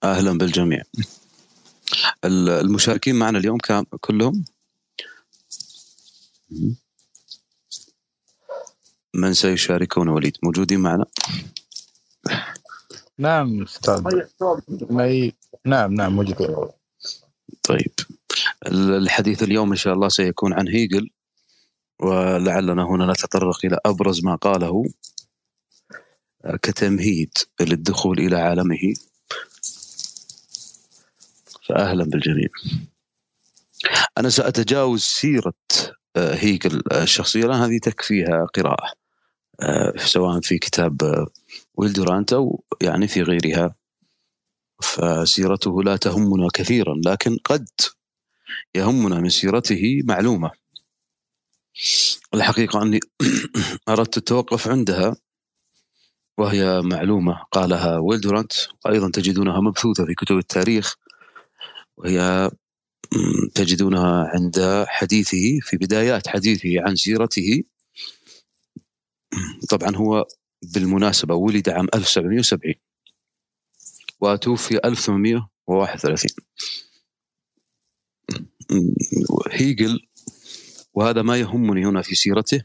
أهلا بالجميع. المشاركين معنا اليوم كلهم؟ من سيشاركون؟ وليد موجودين معنا؟ نعم أستاذ. نعم موجودين. طيب، الحديث اليوم إن شاء الله سيكون عن هيجل، ولعلنا هنا نتطرق إلى أبرز ما قاله كتمهيد للدخول إلى عالمه. فأهلا بالجميع. أنا سأتجاوز سيرة هيجل الشخصية، لأن هذه تكفيها قراءة سواء في كتاب ويلدورانت أو يعني في غيرها، فسيرته لا تهمنا كثيرا، لكن قد يهمنا من سيرته معلومة. الحقيقة أني أردت التوقف عندها، وهي معلومة قالها ويلدورانت، وأيضا تجدونها مبثوثة في كتب التاريخ، وهي تجدونها عند حديثه في بدايات حديثه عن سيرته. طبعا هو بالمناسبة ولد عام 1770 وتوفي 1831. هيجل، وهذا ما يهمني هنا في سيرته،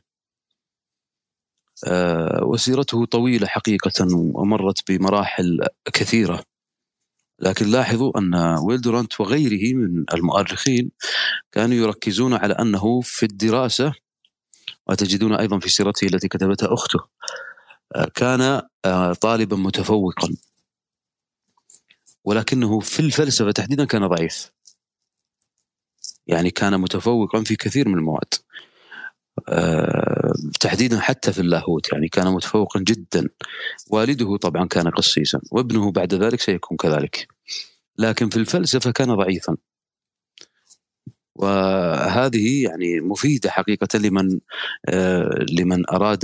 وسيرته طويلة حقيقة ومرت بمراحل كثيرة، لكن لاحظوا أن ويلدورانت وغيره من المؤرخين كانوا يركزون على أنه في الدراسة، وتجدون أيضا في سيرته التي كتبتها أخته كان طالبا متفوقا، ولكنه في الفلسفة تحديدا كان ضعيف، يعني كان متفوقا في كثير من المواد، تحديدا حتى في اللاهوت، يعني كان متفوقا جدا. والده طبعا كان قسيسا، وابنه بعد ذلك سيكون كذلك، لكن في الفلسفة كان ضعيفا. وهذه يعني مفيدة حقيقة لمن أراد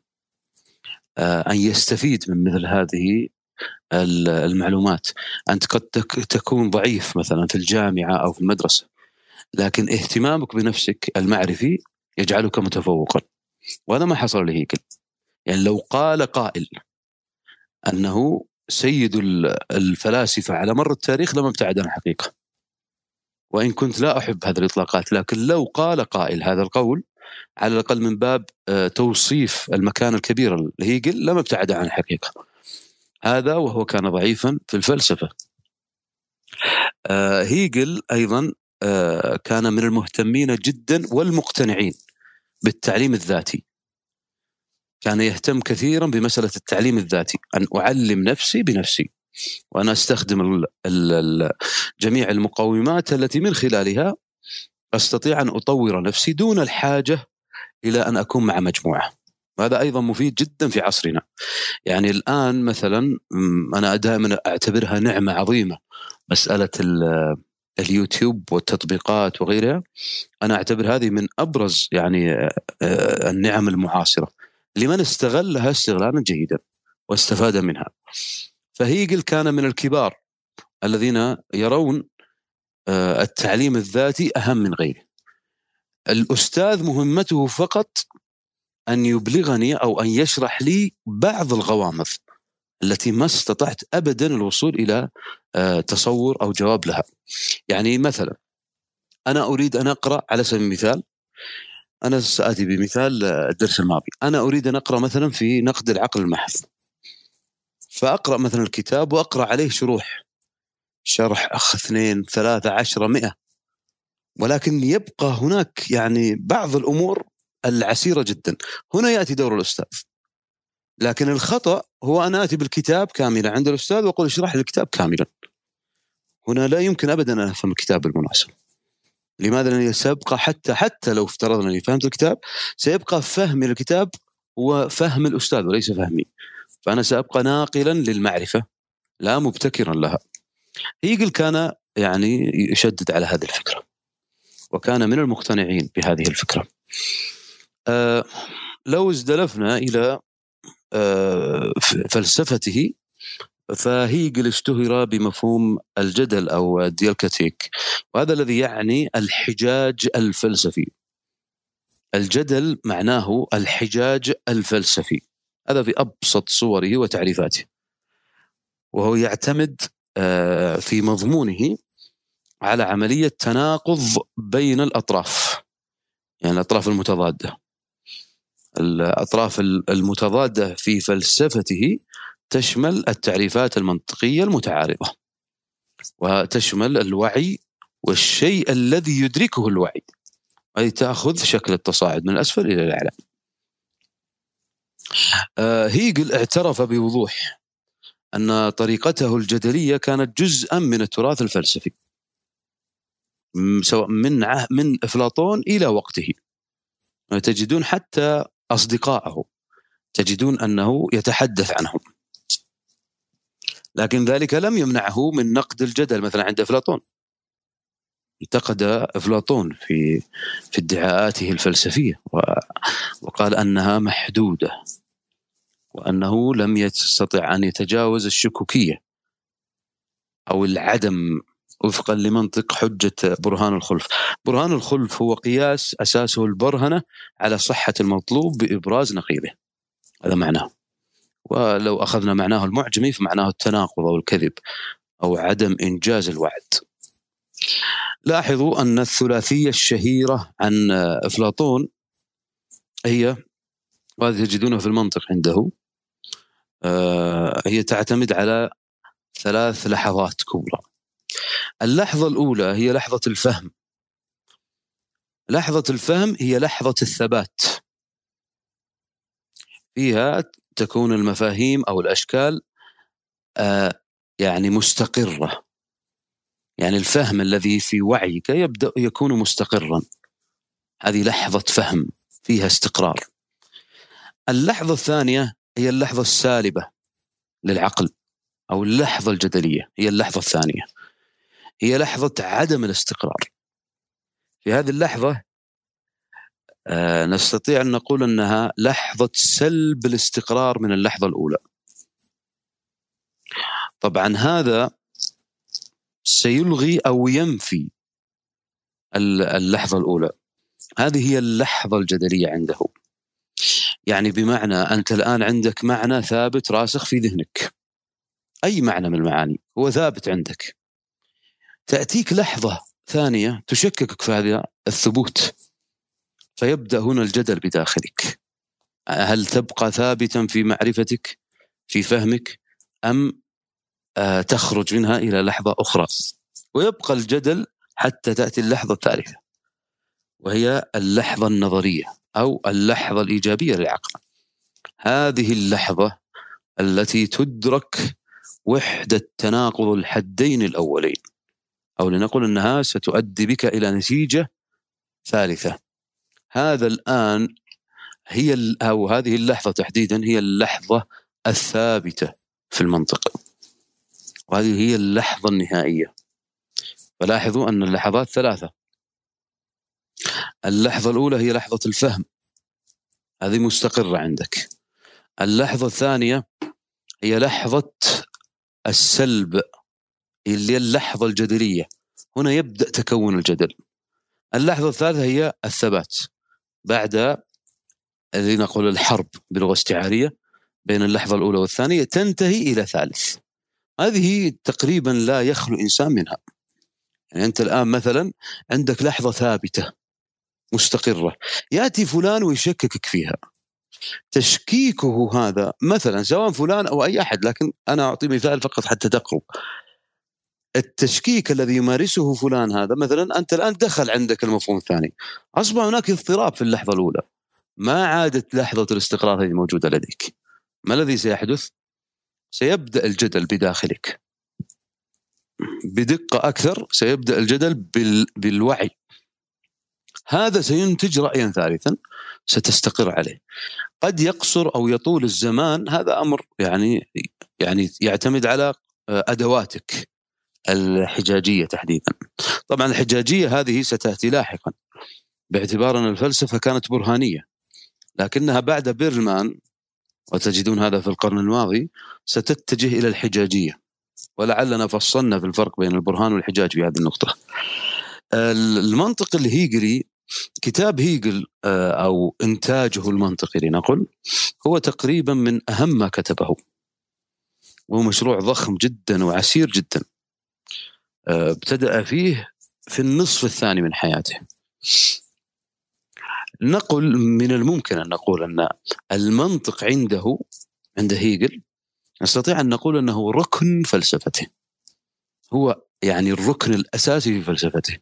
أن يستفيد من مثل هذه المعلومات. أنت قد تكون ضعيف مثلا في الجامعة أو في المدرسة، لكن اهتمامك بنفسك المعرفي يجعلك متفوقا، وهذا ما حصل لهيجل. يعني لو قال قائل أنه سيد الفلاسفة على مر التاريخ لما ابتعد عن الحقيقة، وإن كنت لا أحب هذه الإطلاقات، لكن لو قال قائل هذا القول على الأقل من باب توصيف المكان الكبير لهيجل لما ابتعد عن الحقيقة، هذا وهو كان ضعيفا في الفلسفة. هيجل أيضا كان من المهتمين جدا والمقتنعين بالتعليم الذاتي، كان يهتم كثيرا بمسألة التعليم الذاتي، أن أعلم نفسي بنفسي، وأنا أستخدم جميع المقومات التي من خلالها أستطيع أن أطور نفسي دون الحاجة إلى أن أكون مع مجموعة. وهذا أيضا مفيد جدا في عصرنا. يعني الآن مثلا أنا دائما أعتبرها نعمة عظيمة، مسألة اليوتيوب والتطبيقات وغيرها، أنا أعتبر هذه من أبرز يعني النعم المعاصرة لمن استغلها استغلالا جيدا واستفاد منها. فهيجل كان من الكبار الذين يرون التعليم الذاتي أهم من غيره. الأستاذ مهمته فقط أن يبلغني أو أن يشرح لي بعض الغوامض التي ما استطعت أبدا الوصول إلى تصور أو جواب لها. يعني مثلا أنا أريد أن أقرأ، على سبيل المثال أنا سأتي بمثال الدرس الماضي، أنا أريد أن أقرأ مثلا في نقد العقل المحض، فأقرأ مثلا الكتاب وأقرأ عليه شرح 2 3 10 100، ولكن يبقى هناك يعني بعض الأمور العسيرة جدا. هنا يأتي دور الأستاذ، لكن الخطأ هو أن آتي بالكتاب كاملا عند الأستاذ وأقول اشرح لي الكتاب كاملا. هنا لا يمكن أبدا أن أفهم الكتاب بالمناسبة. لماذا؟ لأنني سيبقى حتى لو افترضنا أني فهمت الكتاب، سيبقى فهمي للكتاب هو فهم الأستاذ وليس فهمي، فأنا سأبقى ناقلا للمعرفة لا مبتكرا لها. هيجل كان يعني يشدد على هذه الفكرة، وكان من المقتنعين بهذه الفكرة. لو ازدلفنا إلى فلسفته، فهيجل اشتهر بمفهوم الجدل أو الديالكتيك، وهذا الذي يعني الحجاج الفلسفي. الجدل معناه الحجاج الفلسفي، هذا في أبسط صوره وتعريفاته، وهو يعتمد في مضمونه على عملية تناقض بين الأطراف، يعني الأطراف المتضادة. الأطراف المتضادة في فلسفته تشمل التعريفات المنطقية المتعارضة، وتشمل الوعي والشيء الذي يدركه الوعي، أي تأخذ شكل التصاعد من الأسفل إلى الأعلى. هيجل اعترف بوضوح أن طريقته الجدلية كانت جزءا من التراث الفلسفي، سواء من أفلاطون إلى وقته. تجدون حتى أصدقائه تجدون أنه يتحدث عنهم، لكن ذلك لم يمنعه من نقد الجدل. مثلا عند أفلاطون، انتقد أفلاطون في ادعاءاته الفلسفية، وقال أنها محدودة، وأنه لم يستطع أن يتجاوز الشكوكية أو العدم وفقا لمنطق حجة برهان الخلف. برهان الخلف هو قياس أساسه البرهنة على صحة المطلوب بإبراز نقيضه، هذا معناه. ولو أخذنا معناه المعجمي فمعناه التناقض أو الكذب أو عدم إنجاز الوعد. لاحظوا أن الثلاثية الشهيرة عن أفلاطون هي، وهذه تجدونها في المنطق عنده، هي تعتمد على 3 لحظات كبرى. اللحظة الأولى هي لحظة الفهم. لحظة الفهم هي لحظة الثبات، فيها تكون المفاهيم أو الأشكال يعني مستقرة، يعني الفهم الذي في وعيك يبدأ يكون مستقرا. هذه لحظة فهم فيها استقرار. اللحظة الثانية هي اللحظة السالبة للعقل، أو اللحظة الجدلية هي اللحظة الثانية، هي لحظة عدم الاستقرار. في هذه اللحظة نستطيع أن نقول أنها لحظة سلب الاستقرار من اللحظة الأولى. طبعا هذا سيلغي أو ينفي اللحظة الأولى. هذه هي اللحظة الجدلية عنده، يعني بمعنى أنت الآن عندك معنى ثابت راسخ في ذهنك، أي معنى من المعاني هو ثابت عندك، تأتيك لحظة ثانية تشككك في هذا الثبوت، فيبدأ هنا الجدل بداخلك. هل تبقى ثابتا في معرفتك في فهمك، أم تخرج منها إلى لحظة أخرى؟ ويبقى الجدل حتى تأتي اللحظة الثالثة، وهي اللحظة النظرية أو اللحظة الإيجابية للعقل. هذه اللحظة التي تدرك وحدة تناقض الحدين الأولين، أو لنقول أنها ستؤدي بك إلى نتيجة ثالثة. هذا الآن أو هذه اللحظة تحديدا هي اللحظة الثابتة في المنطق، وهذه هي اللحظة النهائية. فلاحظوا أن اللحظات 3. اللحظة الأولى هي لحظة الفهم، هذه مستقرة عندك. اللحظة الثانية هي لحظة السلب، اللي هي اللحظة الجدلية، هنا يبدأ تكون الجدل. اللحظة الثالثة هي الثبات، بعد الذي نقول الحرب بلغة استعارية بين اللحظة الأولى والثانية تنتهي إلى ثالث. هذه تقريبا لا يخلو إنسان منها. يعني أنت الآن مثلا عندك لحظة ثابتة مستقرة، يأتي فلان ويشككك فيها. تشكيكه هذا مثلا سواء فلان أو أي أحد، لكن أنا أعطي مثال فقط حتى تقرب. التشكيك الذي يمارسه فلان هذا مثلا، أنت الآن دخل عندك المفهوم الثاني، أصبح هناك اضطراب في اللحظة الأولى، ما عادت لحظة الاستقرار هذه موجودة لديك. ما الذي سيحدث؟ سيبدأ الجدل بداخلك بدقة أكثر، سيبدأ الجدل بالوعي. هذا سينتج رأيا ثالثا ستستقر عليه. قد يقصر أو يطول الزمان، هذا أمر يعني يعتمد على أدواتك الحجاجية تحديدا. طبعا الحجاجية هذه ستأتي لاحقا، باعتبار أن الفلسفة كانت برهانية، لكنها بعد بيرلمان، وتجدون هذا في القرن الماضي، ستتجه إلى الحجاجية. ولعلنا فصلنا في الفرق بين البرهان والحجاج في هذه النقطة. المنطق الهيجلي، كتاب هيجل أو إنتاجه المنطقي لنقل، هو تقريبا من أهم ما كتبه، وهو مشروع ضخم جدا وعسير جدا. ابتدأ فيه في النصف الثاني من حياته. نقول من الممكن أن نقول أن المنطق عند هيجل نستطيع أن نقول أنه ركن فلسفته، هو يعني الركن الأساسي في فلسفته.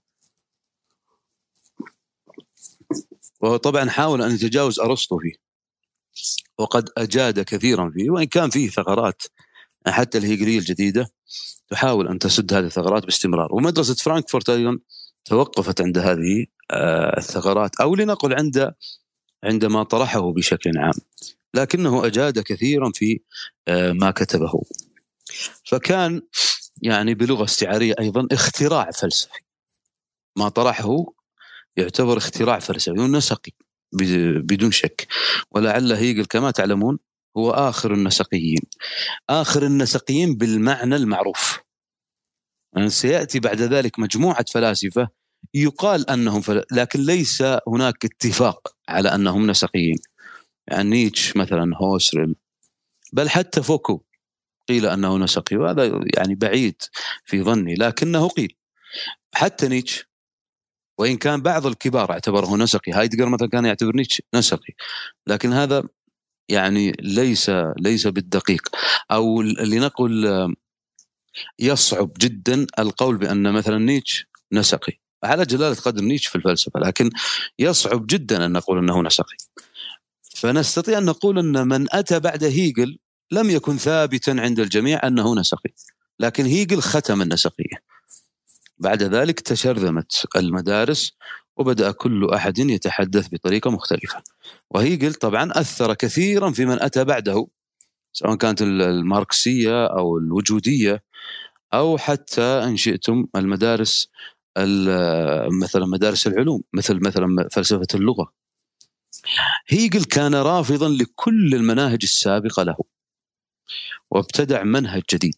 وهو طبعا حاول أن يتجاوز أرسطو فيه، وقد أجاد كثيرا فيه، وإن كان فيه ثغرات حتى الهيجلية الجديدة تحاول أن تسد هذه الثغرات باستمرار. ومدرسة فرانكفورت أيضا توقفت عند هذه الثغرات، أو لنقل عندما طرحه بشكل عام، لكنه أجاد كثيرا في ما كتبه. فكان يعني بلغة استعارية أيضا اختراع فلسفي، ما طرحه يعتبر اختراع فلسفي ونسقي بدون شك. ولعل هيجل كما تعلمون هو آخر النسقيين بالمعنى المعروف. يعني سيأتي بعد ذلك مجموعة فلاسفة يقال أنهم لكن ليس هناك اتفاق على أنهم نسقيين، يعني نيتشه مثلا، هوسرل، بل حتى فوكو قيل أنه نسقي، وهذا يعني بعيد في ظني، لكنه قيل. حتى نيتشه، وإن كان بعض الكبار اعتبره نسقي، هايدغر مثلا كان يعتبر نيتشه نسقي، لكن هذا يعني ليس بالدقيق، أو لنقل يصعب جدا القول بأن مثلا نيتشه نسقي على جلالة قدر نيتشه في الفلسفة، لكن يصعب جدا أن نقول أنه نسقي. فنستطيع أن نقول أن من أتى بعد هيجل لم يكن ثابتا عند الجميع أنه نسقي، لكن هيجل ختم النسقية. بعد ذلك تشرذمت المدارس وبدأ كل أحد يتحدث بطريقة مختلفة، وهيجل طبعا أثر كثيرا في من أتى بعده، سواء كانت الماركسية أو الوجودية، أو حتى إن شئتم المدارس مثلا مدارس العلوم، مثلا فلسفة اللغة. هيجل كان رافضا لكل المناهج السابقة له، وابتدع منهج جديد.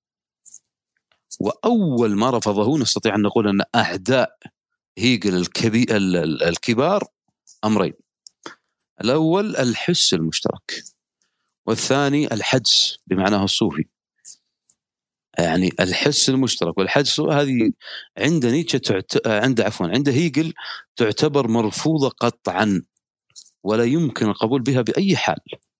وأول ما رفضه نستطيع أن نقول أن أعداء هيجل الكبار أمرين: الأول الحس المشترك، والثاني الحدس بمعناه الصوفي. يعني الحس المشترك والحدس هذه عند نيتشه عند هيجل تعتبر مرفوضة قطعا، ولا يمكن القبول بها بأي حال.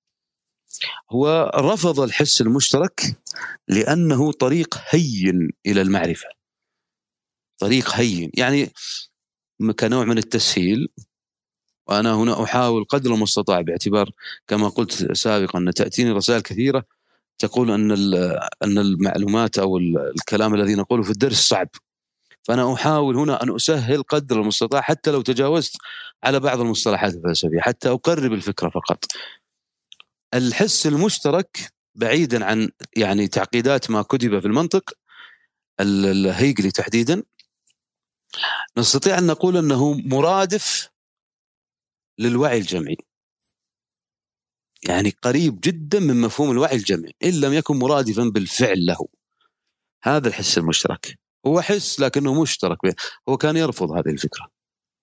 هو رفض الحس المشترك لأنه طريق هين إلى المعرفة، طريق هين يعني كنوع من التسهيل. وأنا هنا أحاول قدر المستطاع، باعتبار كما قلت سابقا أن تأتيني رسائل كثيرة تقول أن المعلومات أو الكلام الذي نقوله في الدرس صعب، فأنا أحاول هنا أن أسهل قدر المستطاع، حتى لو تجاوزت على بعض المصطلحات الفلسفية حتى أقرب الفكرة فقط. الحس المشترك بعيدا عن يعني تعقيدات ما كتب في المنطق الهيجلي تحديدا، نستطيع أن نقول أنه مرادف للوعي الجمعي، يعني قريب جدا من مفهوم الوعي الجمعي إن لم يكن مرادفا بالفعل له. هذا الحس المشترك هو حس لكنه مشترك به. هو كان يرفض هذه الفكرة،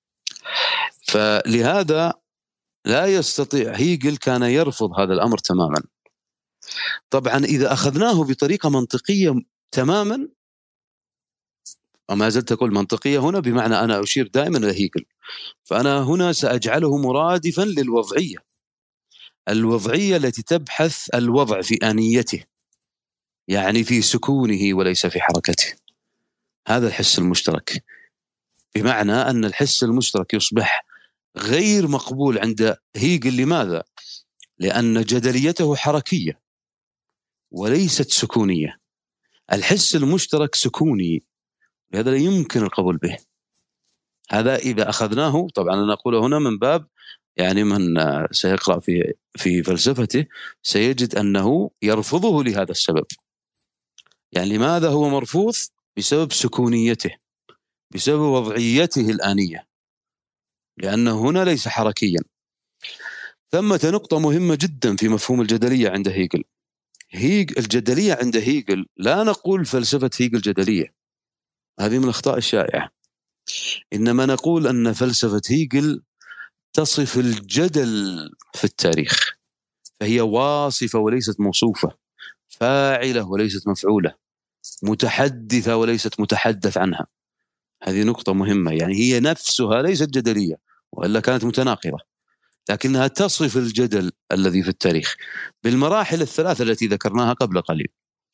فلهذا لا يستطيع هيجل كان يرفض هذا الأمر تماما. طبعا إذا أخذناه بطريقة منطقية تماما، وما زلت أقول منطقية هنا بمعنى أنا أشير دائما إلى هيجل، فأنا هنا سأجعله مرادفا للوضعية، الوضعية التي تبحث الوضع في آنيته، يعني في سكونه وليس في حركته. هذا الحس المشترك، بمعنى أن الحس المشترك يصبح غير مقبول عند هيجل. لماذا؟ لأن جدليته حركية وليست سكونية. الحس المشترك سكوني، لهذا لا يمكن القبول به. هذا إذا أخذناه، طبعا أنا أقول هنا من باب يعني من سيقرأ في فلسفته سيجد أنه يرفضه لهذا السبب. يعني لماذا هو مرفوض؟ بسبب سكونيته، بسبب وضعيته الآنية، لأنه هنا ليس حركيا. ثمة نقطة مهمة جدا في مفهوم الجدلية عند هيجل. الجدلية عند هيجل لا نقول فلسفة هيجل جدلية، هذه من الأخطاء الشائعة، إنما نقول أن فلسفة هيجل تصف الجدل في التاريخ، فهي واصفة وليست موصوفة. فاعلة وليست مفعولة، متحدثة وليست متحدث عنها. هذه نقطة مهمة، يعني هي نفسها ليست جدلية وإلا كانت متناقضة، لكنها تصف الجدل الذي في التاريخ بالمراحل الثلاثة التي ذكرناها قبل قليل.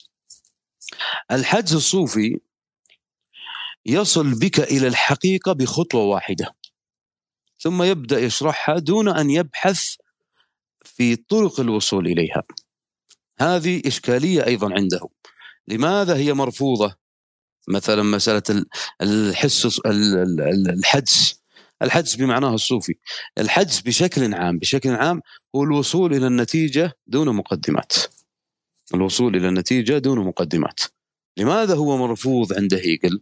الحدس الصوفي يصل بك إلى الحقيقة بخطوة واحدة، ثم يبدأ يشرحها دون أن يبحث في طرق الوصول إليها. هذه إشكالية أيضا عنده. لماذا هي مرفوضة؟ مثلا مسألة الحدس بمعناه الصوفي، الحدس بشكل عام هو الوصول إلى النتيجة دون مقدمات. الوصول إلى النتيجة دون مقدمات. لماذا هو مرفوض عند هيجل؟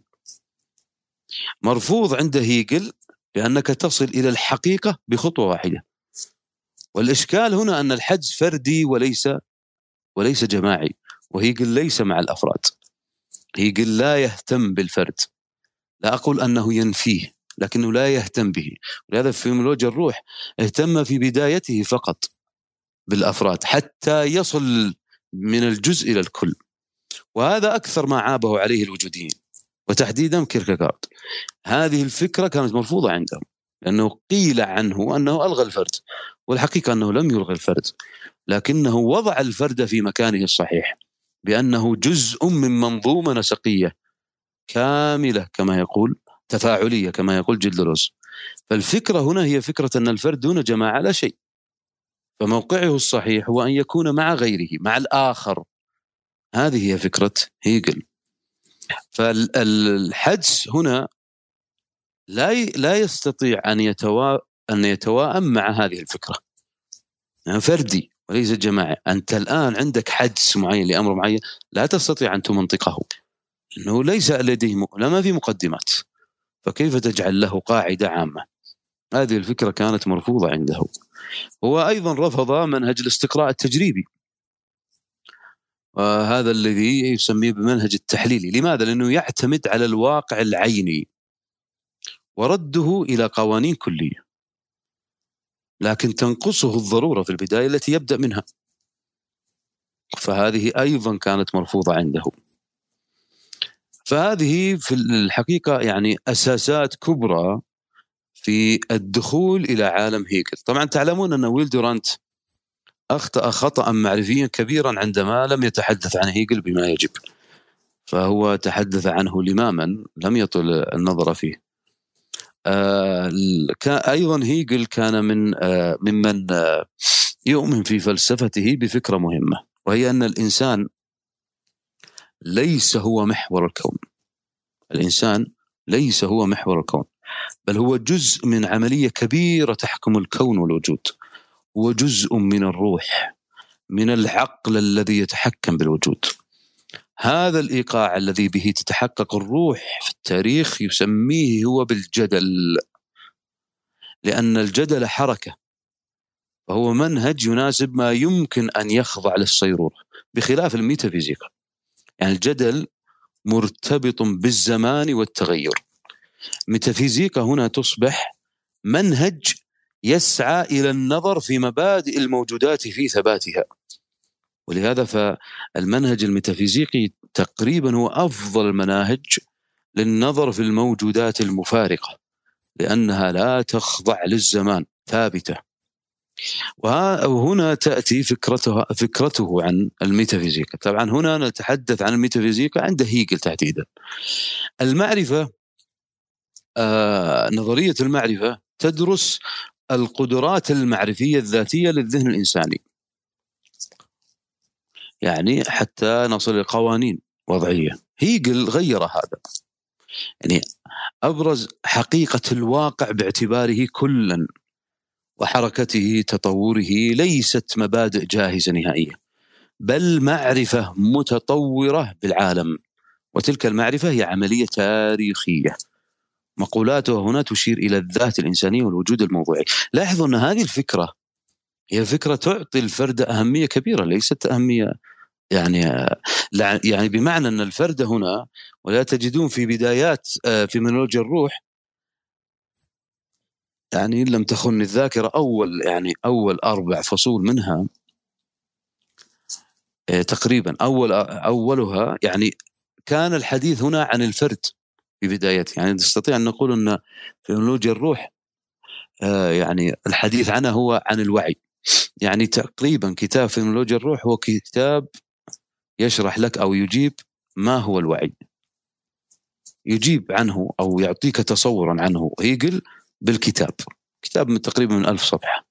مرفوض عند هيجل لأنك تصل إلى الحقيقة بخطوة واحدة. والإشكال هنا أن الحدس فردي وليس جماعي، وهيجل ليس مع الأفراد. هيجل لا يهتم بالفرد، لا أقول أنه ينفيه، لكنه لا يهتم به. ولهذا في فينومينولوجيا الروح اهتم في بدايته فقط بالأفراد حتى يصل من الجزء إلى الكل، وهذا أكثر ما عابه عليه الوجوديين وتحديدا كيركغارد. هذه الفكرة كانت مرفوضة عنده لأنه قيل عنه أنه ألغى الفرد، والحقيقة أنه لم يلغي الفرد، لكنه وضع الفرد في مكانه الصحيح بأنه جزء من منظومة نسقية كاملة كما يقول، تفاعلية كما يقول جيل دلوز. فالفكرة هنا هي فكرة أن الفرد دون جماعة لا شيء، فموقعه الصحيح هو أن يكون مع غيره، مع الآخر. هذه هي فكرة هيجل. فالحدس هنا لا يستطيع أن يتواءم مع هذه الفكرة، يعني فردي وليس جماعي. أنت الآن عندك حدس معين لأمر معين لا تستطيع أن تمنطقه، إنه ليس لديه ما في مقدمات، فكيف تجعل له قاعدة عامة؟ هذه الفكرة كانت مرفوضة عنده. هو أيضا رفض منهج الاستقراء التجريبي، وهذا الذي يسميه بمنهج التحليلي. لماذا؟ لأنه يعتمد على الواقع العيني ورده إلى قوانين كلية، لكن تنقصه الضرورة في البداية التي يبدأ منها. فهذه أيضا كانت مرفوضة عنده. فهذه في الحقيقة يعني أساسات كبرى في الدخول إلى عالم هيجل. طبعا تعلمون أن ويل دورانت أخطأ خطأ معرفيا كبيرا عندما لم يتحدث عن هيجل بما يجب، فهو تحدث عنه لماما لم يطل النظر فيه. أيضا هيجل كان ممن يؤمن في فلسفته بفكرة مهمة، وهي أن الإنسان ليس هو محور الكون. الإنسان ليس هو محور الكون، بل هو جزء من عملية كبيرة تحكم الكون والوجود، وجزء من الروح، من العقل الذي يتحكم بالوجود. هذا الإيقاع الذي به تتحقق الروح في التاريخ يسميه هو بالجدل، لأن الجدل حركة، وهو منهج يناسب ما يمكن أن يخضع للصيرورة، بخلاف الميتافيزيقا. يعني الجدل مرتبط بالزمان والتغير. ميتافيزيقا هنا تصبح منهج يسعى إلى النظر في مبادئ الموجودات في ثباتها. ولهذا فالمنهج الميتافيزيقي تقريبا هو أفضل المناهج للنظر في الموجودات المفارقة، لأنها لا تخضع للزمان، ثابتة. وهنا تأتي فكرته عن الميتافيزيقا. طبعا هنا نتحدث عن الميتافيزيقا عند هيجل تحديدا. المعرفة، نظرية المعرفة تدرس القدرات المعرفية الذاتية للذهن الإنساني، يعني حتى نصل لقوانين وضعية. هيجل غير هذا، يعني أبرز حقيقة الواقع باعتباره كلا، وحركته تطوره ليست مبادئ جاهزة نهائية، بل معرفة متطورة بالعالم، وتلك المعرفة هي عملية تاريخية. مقولاته هنا تشير إلى الذات الإنسانية والوجود الموضوعي. لاحظوا أن هذه الفكرة هي فكرة تعطي الفرد أهمية كبيرة، ليست أهمية يعني بمعنى أن الفرد هنا، ولا تجدون في بدايات فينومينولوجيا الروح، يعني إن لم تخن الذاكرة أول 4 فصول منها تقريبا أولها يعني كان الحديث هنا عن الفرد في بدايته، يعني نستطيع أن نقول أن فينولوجيا الروح يعني الحديث عنه هو عن الوعي. يعني تقريبا كتاب فينولوجيا الروح هو كتاب يشرح لك أو يجيب ما هو الوعي، يجيب عنه أو يعطيك تصورا عنه هيجل بالكتاب، كتاب من تقريبا من 1000 صفحة.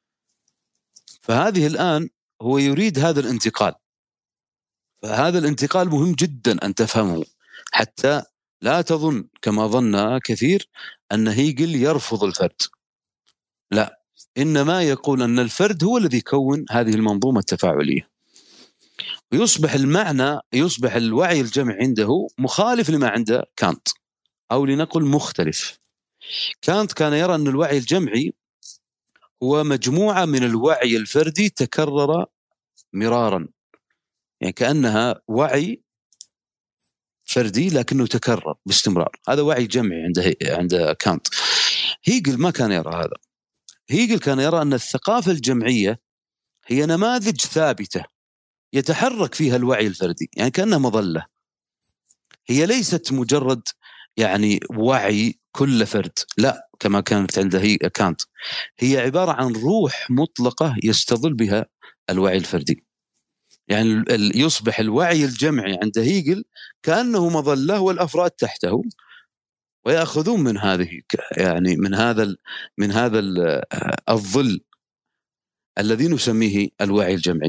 فهذه الآن هو يريد هذا الانتقال، فهذا الانتقال مهم جدا أن تفهمه، حتى لا تظن كما ظن كثير أن هيجل يرفض الفرد، لا، إنما يقول أن الفرد هو الذي يكون هذه المنظومة التفاعلية، ويصبح المعنى، يصبح الوعي الجمعي عنده مخالف لما عند كانت، أو لنقل مختلف. كانت كان يرى أن الوعي الجمعي هو مجموعة من الوعي الفردي تكرر مرارا، يعني كأنها وعي فردي لكنه تكرر باستمرار، هذا وعي جمعي عند كانت. هيجل ما كان يرى هذا، هيجل كان يرى أن الثقافة الجمعية هي نماذج ثابتة يتحرك فيها الوعي الفردي، يعني كأنها مظلة، هي ليست مجرد يعني وعي كل فرد، لا كما كانت عند كانت، هي عبارة عن روح مطلقة يستظل بها الوعي الفردي. يعني يصبح الوعي الجمعي عند هيجل كأنه مظلة والأفراد تحته، ويأخذون من هذه، يعني من هذا الظل الذي نسميه الوعي الجمعي،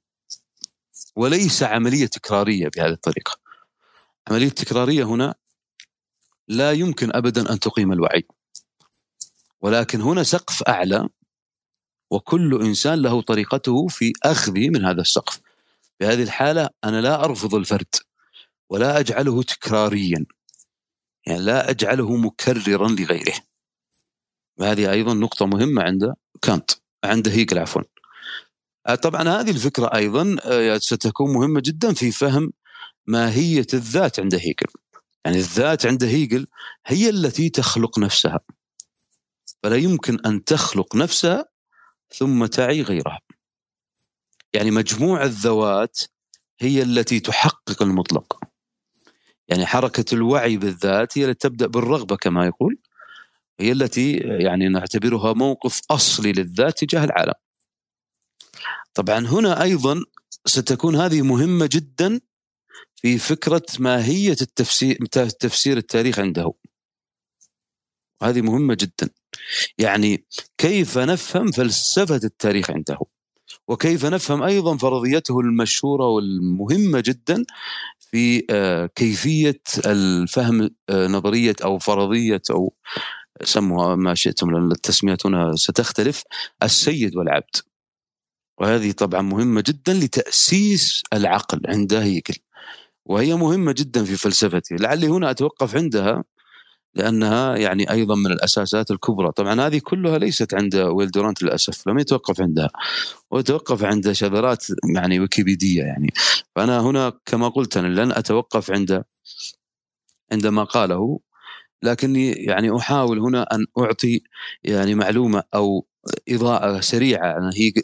وليس عملية تكرارية بهذه الطريقة. عملية تكرارية هنا لا يمكن أبدا أن تقيم الوعي، ولكن هنا سقف أعلى، وكل إنسان له طريقته في أخذه من هذا السقف. في هذه الحالة أنا لا أرفض الفرد ولا أجعله تكراريا، يعني لا أجعله مكررا لغيره. وهذه أيضا نقطة مهمة عند كانت، عند هيجل عفوا. طبعا هذه الفكرة أيضا ستكون مهمة جدا في فهم ماهية الذات عند هيجل. يعني الذات عند هيجل هي التي تخلق نفسها، فلا يمكن أن تخلق نفسها ثم تعي غيرها. يعني مجموع الذوات هي التي تحقق المطلق. يعني حركة الوعي بالذات هي التي تبدأ بالرغبة كما يقول، هي التي يعني نعتبرها موقف أصلي للذات تجاه العالم. طبعا هنا أيضا ستكون هذه مهمة جدا في فكرة ماهية تفسير التاريخ عنده، وهذه مهمة جدا. يعني كيف نفهم فلسفة التاريخ عنده، وكيف نفهم أيضا فرضيته المشهورة والمهمة جدا في كيفية الفهم نظرية أو فرضية أو سموها ما شئتم لأن التسميات هنا ستختلف، السيد والعبد. وهذه طبعا مهمة جدا لتأسيس العقل عند هيجل، وهي مهمة جدا في فلسفته. لعلي هنا أتوقف عندها لأنها يعني أيضا من الأساسات الكبرى. طبعا هذه كلها ليست عند ويل دورانت للأسف، لم يتوقف عندها، ويتوقف عند شذرات يعني ويكيبيديا. يعني فأنا هنا كما قلت أنا لن أتوقف عندما قاله، لكني يعني أحاول هنا أن أعطي يعني معلومة أو إضاءة سريعة عن هيجل.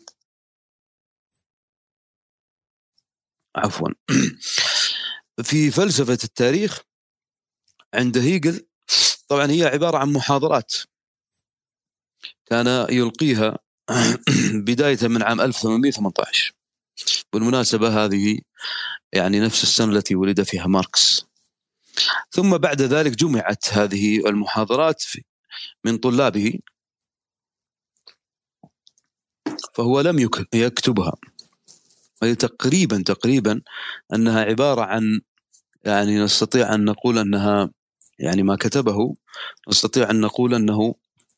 عفوا. في فلسفة التاريخ عند هيجل طبعا هي عبارة عن محاضرات كان يلقيها بداية من عام 1818. بالمناسبة هذه يعني نفس السنة التي ولد فيها ماركس. ثم بعد ذلك جمعت هذه المحاضرات من طلابه، فهو لم يكتبها. وهي تقريبا أنها عبارة عن، يعني نستطيع أن نقول أنها يعني ما كتبه نستطيع أن نقول أنه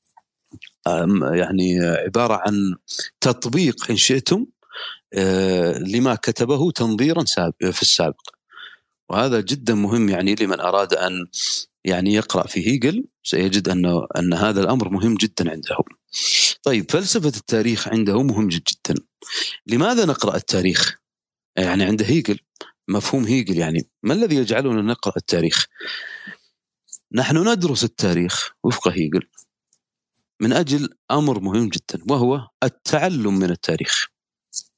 يعني عبارة عن تطبيق إن شئتم لما كتبه تنظيرا في السابق. وهذا جدا مهم يعني لمن أراد أن يعني يقرأ في هيجل سيجد أن هذا الأمر مهم جدا عنده. طيب فلسفة التاريخ عنده مهم جدا. لماذا نقرأ التاريخ؟ يعني عند هيجل مفهوم هيجل يعني ما الذي يجعلنا نقرأ التاريخ؟ نحن ندرس التاريخ وفق هيجل من أجل أمر مهم جدا، وهو التعلم من التاريخ.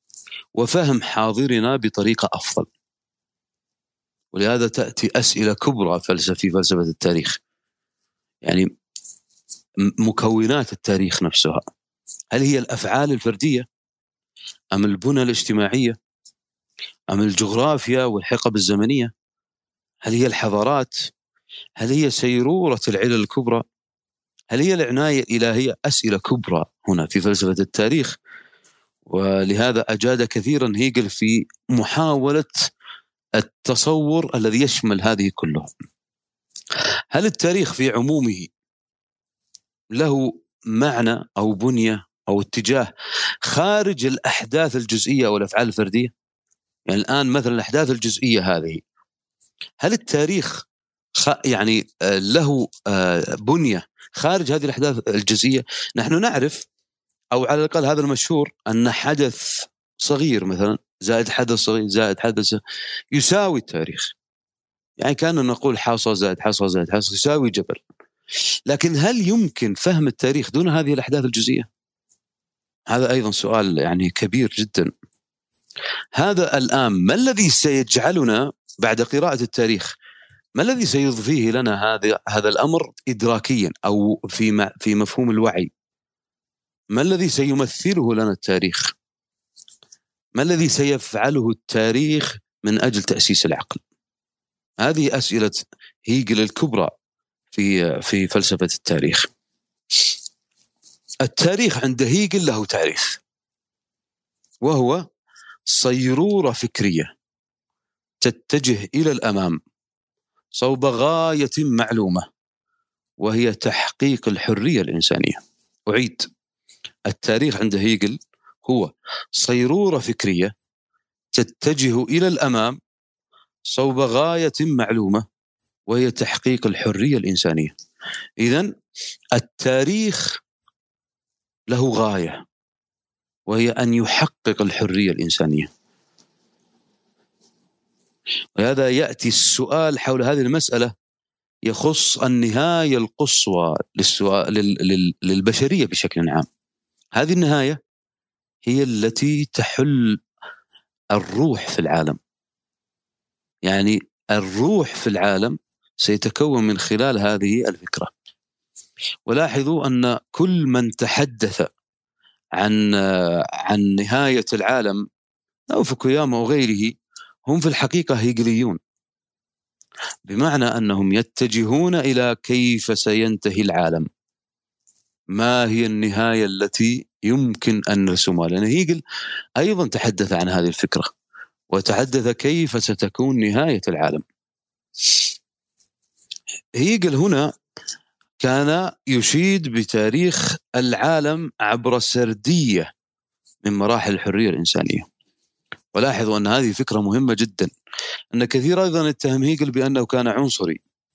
وفهم حاضرنا بطريقة أفضل. ولهذا تأتي أسئلة كبرى في فلسفة التاريخ، يعني مكونات التاريخ نفسها، هل هي الأفعال الفردية أم البنى الاجتماعية أم الجغرافيا والحقب الزمنية؟ هل هي الحضارات؟ هل هي سيرورة العلل الكبرى؟ هل هي العناية الإلهية؟ أسئلة كبرى هنا في فلسفة التاريخ. ولهذا أجاد كثيرا هيجل في محاولة التصور الذي يشمل هذه كلها. هل التاريخ في عمومه له معنى أو بنية أو اتجاه خارج الأحداث الجزئية أو الأفعال الفردية؟ يعني الآن مثلا الأحداث الجزئية هذه، هل التاريخ يعني له بنية خارج هذه الأحداث الجزئية؟ نحن نعرف، أو على الأقل هذا المشهور، أن حدث صغير مثلا زائد حدث صغير زائد حدث يساوي التاريخ. يعني كأننا نقول حصى زائد حصى زائد حصى يساوي جبل. لكن هل يمكن فهم التاريخ دون هذه الأحداث الجزئية؟ هذا أيضا سؤال يعني كبير جدا. هذا الآن ما الذي سيجعلنا بعد قراءة التاريخ، ما الذي سيضفيه لنا هذا الأمر إدراكيا أو في مفهوم الوعي؟ ما الذي سيمثله لنا التاريخ؟ ما الذي سيفعله التاريخ من أجل تأسيس العقل؟ هذه أسئلة هيجل الكبرى في فلسفة التاريخ. التاريخ عند هيجل له تعريف، وهو صيرورة فكرية تتجه إلى الأمام صوب غاية معلومة، وهي تحقيق الحرية الإنسانية. أعيد، التاريخ عند هيجل هو صيرورة فكرية تتجه إلى الأمام صوب غاية معلومة، وهي تحقيق الحرية الإنسانية. إذن التاريخ له غاية، وهي أن يحقق الحرية الإنسانية. وهذا يأتي السؤال حول هذه المسألة يخص النهاية القصوى للبشرية بشكل عام. هذه النهاية هي التي تحل الروح في العالم. يعني الروح في العالم سيتكون من خلال هذه الفكرة. ولاحظوا أن كل من تحدث عن نهاية العالم أو فوكوياما وغيره هم في الحقيقة هيجليون، بمعنى أنهم يتجهون إلى كيف سينتهي العالم، ما هي النهاية التي يمكن أن نرسمها. لأن هيجل أيضا تحدث عن هذه الفكرة وتحدث كيف ستكون نهاية العالم. هيجل هنا كان يشيد بتاريخ العالم عبر سردية من مراحل الحرية الإنسانية. ولاحظوا أن هذه فكرة مهمة جدا، أن كثير أيضا اتهم هيجل بأنه كان عنصري،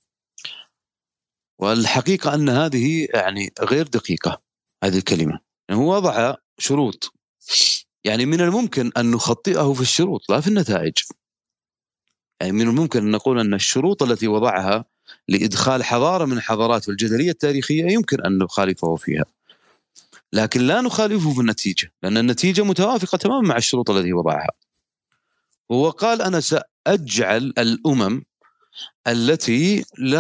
والحقيقة أن هذه يعني غير دقيقة هذه الكلمة. يعني هو وضع شروط، يعني من الممكن أن نخطئه في الشروط لا في النتائج. يعني من الممكن أن نقول أن الشروط التي وضعها لإدخال حضارة من الحضارات والجدلية التاريخية يمكن أن نخالفه فيها، لكن لا نخالفه في النتيجة، لأن النتيجة متوافقة تماما مع الشروط التي وضعها. هو قال أنا سأجعل الأمم التي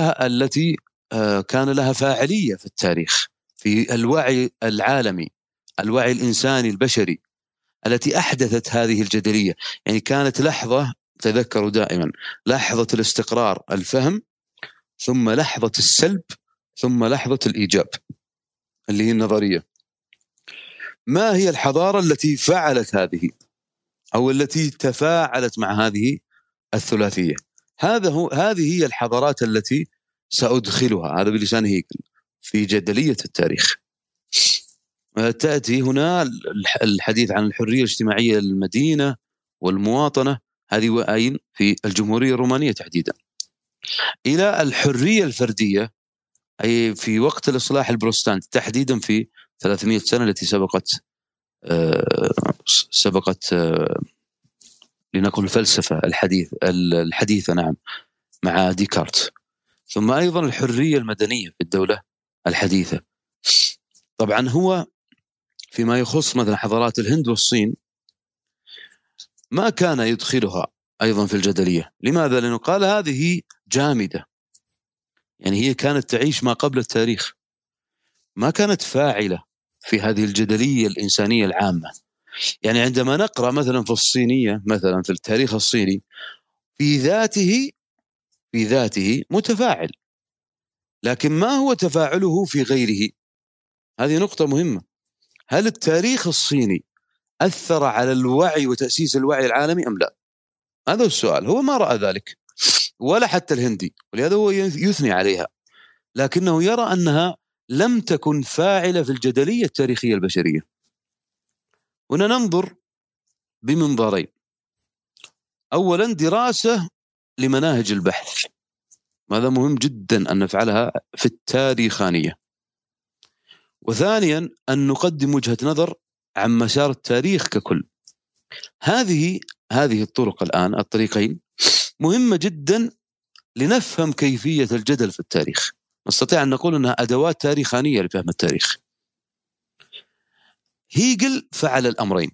كان لها فاعلية في التاريخ، في الوعي العالمي، الوعي الإنساني البشري، التي أحدثت هذه الجدلية. يعني كانت لحظة، تذكروا دائما، لحظة الاستقرار الفهم، ثم لحظة السلب، ثم لحظة الإيجاب اللي هي النظرية. ما هي الحضارة التي فعلت هذه أو التي تفاعلت مع هذه الثلاثية؟ هذه هي الحضارات التي سأدخلها، هذا بلسان هيجل، في جدلية التاريخ. تأتي هنا الحديث عن الحرية الاجتماعية للمدينة والمواطنة، هذه وأين في الجمهورية الرومانية تحديدا، إلى الحرية الفردية أي في وقت الإصلاح البروتستانتي تحديدا في 300 سنة التي سبقت لنقل الفلسفة الحديثة، نعم، مع ديكارت. ثم أيضا الحرية المدنية في الدولة الحديثة. طبعا هو فيما يخص مثلا حضارات الهند والصين ما كان يدخلها أيضا في الجدلية. لماذا؟ لأنه قال هذه جامدة، يعني هي كانت تعيش ما قبل التاريخ، ما كانت فاعلة في هذه الجدلية الإنسانية العامة. يعني عندما نقرأ مثلا في الصينية، مثلا في التاريخ الصيني، في ذاته متفاعل، لكن ما هو تفاعله في غيره؟ هذه نقطة مهمة. هل التاريخ الصيني أثر على الوعي وتأسيس الوعي العالمي أم لا؟ هذا هو السؤال. هو ما رأى ذلك، ولا حتى الهندي، ولهذا هو يثني عليها، لكنه يرى أنها لم تكن فاعلة في الجدلية التاريخية البشرية. هنا ننظر بمنظارين: أولا دراسة لمناهج البحث، هذا مهم جدا أن نفعلها في التاريخانية. وثانيا أن نقدم وجهة نظر عن مسار التاريخ ككل. هذه الطرق الآن، الطريقين مهمة جدا لنفهم كيفية الجدل في التاريخ. نستطيع أن نقول أنها أدوات تاريخانية لفهم التاريخ. هيجل فعل الأمرين،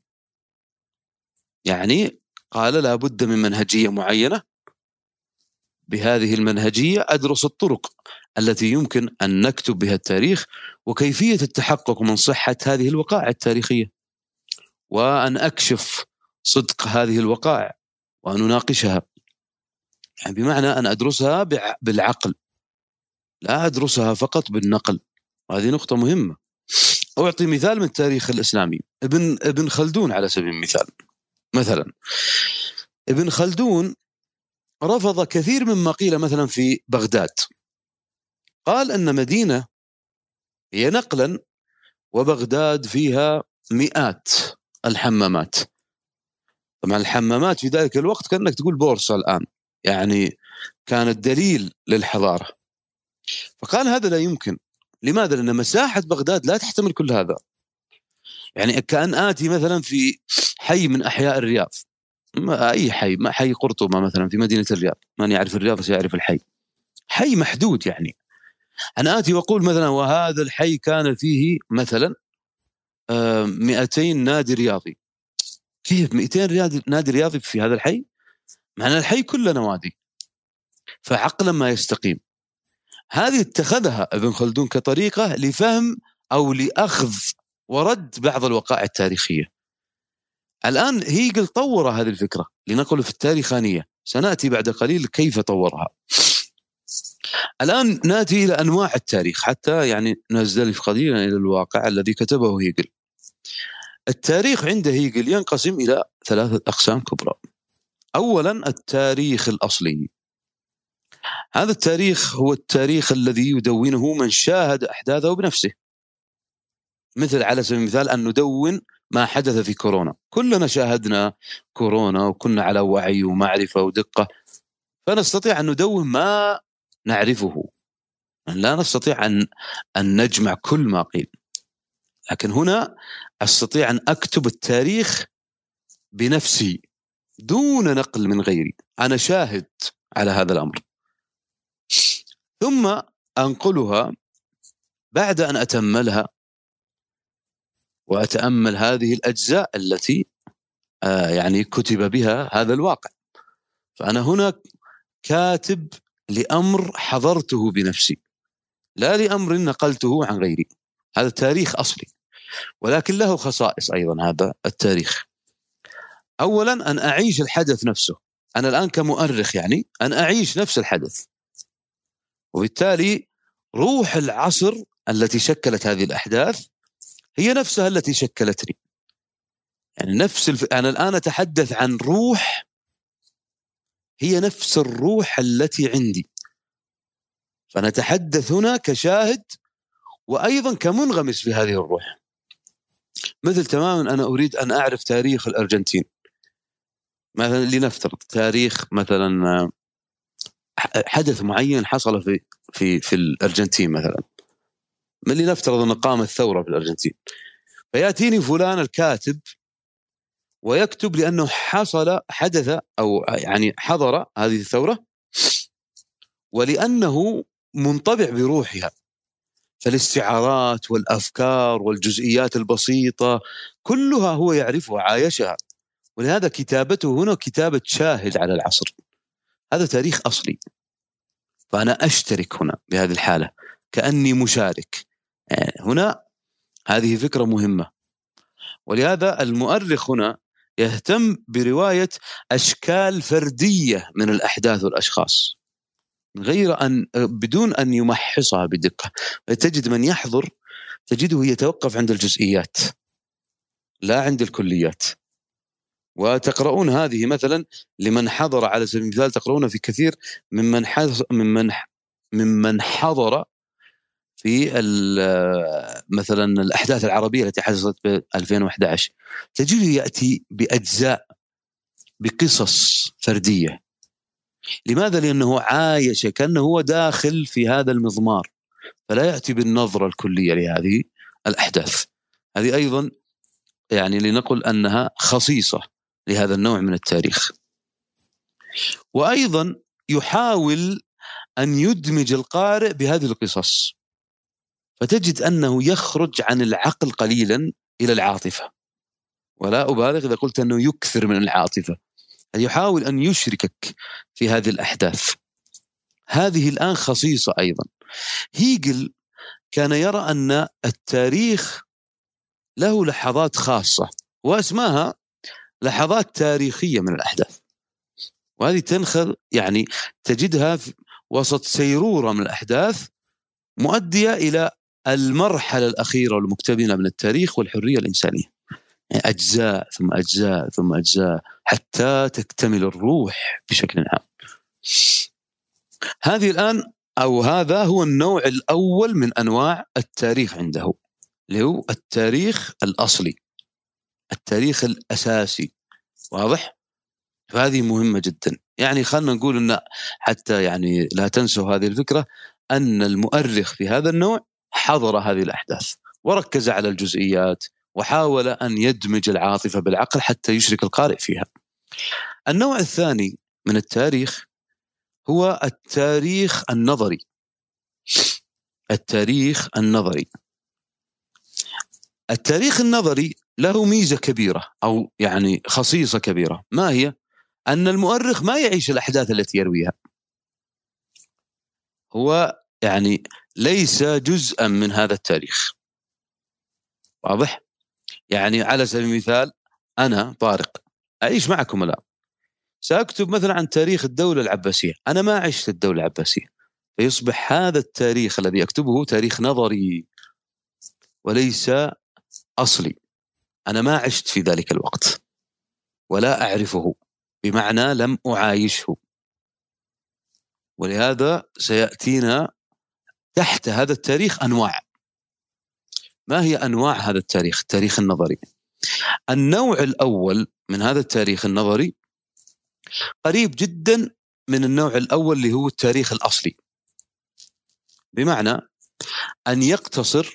يعني قال لا بد من منهجية معينة، بهذه المنهجية أدرس الطرق التي يمكن أن نكتب بها التاريخ، وكيفية التحقق من صحة هذه الوقائع التاريخية، وأن أكشف صدق هذه الوقائع وأن أناقشها، يعني بمعنى أن أدرسها بالعقل، لا أدرسها فقط بالنقل. وهذه نقطة مهمة. أعطي مثال من التاريخ الإسلامي. ابن خلدون على سبيل المثال، مثلا ابن خلدون رفض كثير مما قيل مثلا في بغداد. قال أن مدينة هي نقلا، وبغداد فيها مئات الحمامات. طبعا الحمامات في ذلك الوقت كأنك تقول بورصة الآن، يعني كانت دليل للحضارة. فقال هذا لا يمكن. لماذا؟ لأن مساحة بغداد لا تحتمل كل هذا. يعني كأن آتي مثلا في حي من أحياء الرياض، أي حي، ما حي قرطبة مثلا في مدينة الرياض، من يعرف الرياض سيعرف الحي، حي محدود. يعني أنا آتي وأقول مثلا وهذا الحي كان فيه مثلا 200 نادي رياضي. كيف 200 نادي رياضي في هذا الحي؟ معنى الحي كله نوادي، فعقلا ما يستقيم. هذه اتخذها ابن خلدون كطريقة لفهم أو لأخذ ورد بعض الوقائع التاريخية. الآن هيجل طور هذه الفكرة لنقل في التاريخانية، سنأتي بعد قليل كيف طورها. الآن نأتي إلى أنواع التاريخ حتى يعني نزدلف قليلا إلى الواقع الذي كتبه هيجل. التاريخ عند هيجل ينقسم إلى 3 أقسام كبرى. أولا التاريخ الأصلي. هذا التاريخ هو التاريخ الذي يدونه من شاهد أحداثه بنفسه، مثل على سبيل المثال أن ندون ما حدث في كورونا. كلنا شاهدنا كورونا وكنا على وعي ومعرفة ودقة، فنستطيع أن ندون ما نعرفه. لا نستطيع أن نجمع كل ما قيل، لكن هنا أستطيع أن أكتب التاريخ بنفسي دون نقل من غيري، أنا شاهد على هذا الأمر، ثم أنقلها بعد أن أتأملها وأتأمل هذه الأجزاء التي يعني كتب بها هذا الواقع. فأنا هنا كاتب لأمر حضرته بنفسي، لا لأمر نقلته عن غيري. هذا تاريخ أصلي، ولكن له خصائص أيضا هذا التاريخ. أولا أن أعيش الحدث نفسه. أنا الآن كمؤرخ يعني أن أعيش نفس الحدث، وبالتالي روح العصر التي شكلت هذه الأحداث هي نفسها التي شكلتني. يعني أنا الآن أتحدث عن روح هي نفس الروح التي عندي، فنتحدث هنا كشاهد وأيضا كمنغمس في هذه الروح. مثل تماما أنا أريد أن أعرف تاريخ الأرجنتين مثلا، لنفترض تاريخ مثلا حدث معين حصل في الأرجنتين مثلا، من لنفترض أن قامت ثورة في الأرجنتين، فيأتيني فلان الكاتب ويكتب لأنه حدث أو يعني حضر هذه الثورة، ولأنه منطبع بروحها، فالاستعارات والأفكار والجزئيات البسيطة كلها هو يعرفها، عايشها، ولهذا كتابته هنا كتابة شاهد على العصر، هذا تاريخ أصلي. فأنا أشترك هنا بهذه الحالة كأني مشارك. هنا هذه فكرة مهمة. ولهذا المؤرخ هنا يهتم برواية أشكال فردية من الأحداث والأشخاص بدون أن يمحصها بدقة. تجد من يحضر تجده يتوقف عند الجزئيات لا عند الكليات. وتقرؤون هذه مثلا لمن حضر، على سبيل المثال تقرؤون في كثير ممن حضر في مثلا الأحداث العربية التي حدثت ب 2011، تجده يأتي بأجزاء بقصص فردية. لماذا؟ لأنه عايش كأنه هو داخل في هذا المضمار، فلا يأتي بالنظرة الكلية لهذه الأحداث. هذه أيضا يعني لنقل أنها خصيصة لهذا النوع من التاريخ. وأيضا يحاول أن يدمج القارئ بهذه القصص، فتجد أنه يخرج عن العقل قليلا إلى العاطفة، ولا أبالغ إذا قلت أنه يكثر من العاطفة. يحاول أن يشركك في هذه الأحداث. هذه الآن خصيصة أيضا. هيجل كان يرى أن التاريخ له لحظات خاصة واسمها لحظات تاريخية من الأحداث، وهذه تنخل يعني تجدها وسط سيرورة من الأحداث مؤدية إلى المرحلة الأخيرة والمكتملة من التاريخ والحرية الإنسانية، يعني أجزاء ثم أجزاء ثم أجزاء حتى تكتمل الروح بشكل عام. هذه الآن أو هذا هو النوع الأول من أنواع التاريخ عنده، اللي هو التاريخ الأصلي، التاريخ الأساسي. واضح؟ فهذه مهمة جدا. يعني خلنا نقول أن حتى يعني لا تنسوا هذه الفكرة، أن المؤرخ في هذا النوع حضر هذه الأحداث وركز على الجزئيات وحاول أن يدمج العاطفة بالعقل حتى يشرك القارئ فيها. النوع الثاني من التاريخ هو التاريخ النظري. التاريخ النظري، التاريخ النظري له ميزة كبيرة أو يعني خصيصة كبيرة. ما هي؟ أن المؤرخ ما يعيش الأحداث التي يرويها، هو يعني ليس جزءا من هذا التاريخ. واضح؟ يعني على سبيل المثال أنا طارق أعيش معكم الآن، سأكتب مثلا عن تاريخ الدولة العباسية، أنا ما عشت الدولة العباسية، فيصبح هذا التاريخ الذي أكتبه تاريخ نظري وليس أصلي. أنا ما عشت في ذلك الوقت ولا أعرفه، بمعنى لم أعايشه. ولهذا سيأتينا تحت هذا التاريخ أنواع. ما هي أنواع هذا التاريخ؟ التاريخ النظري. النوع الأول من هذا التاريخ النظري قريب جدا من النوع الأول اللي هو التاريخ الأصلي، بمعنى أن يقتصر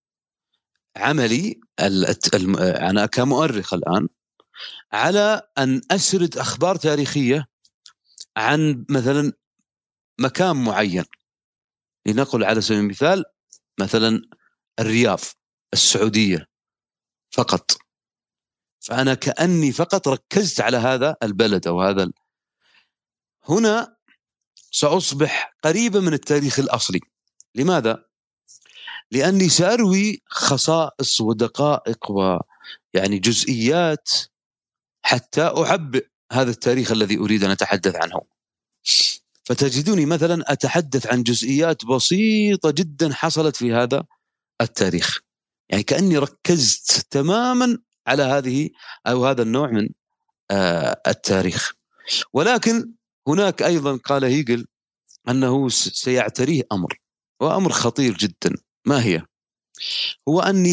عملي أنا كمؤرخ الآن على أن أسرد أخبار تاريخية عن مثلا مكان معين، لنقل على سبيل المثال مثلا الرياض السعودية فقط، فأنا كأني فقط ركزت على هذا البلد أو هذا هنا سأصبح قريبا من التاريخ الأصلي. لماذا؟ لأني سأروي خصائص ودقائق ويعني جزئيات حتى أعبئ هذا التاريخ الذي أريد أن أتحدث عنه. فتجدوني مثلا أتحدث عن جزئيات بسيطة جدا حصلت في هذا التاريخ، يعني كأني ركزت تماما على هذه أو هذا النوع من التاريخ. ولكن هناك أيضا قال هيجل أنه سيعتريه أمر، وأمر خطير جدا. ما هي؟ هو أني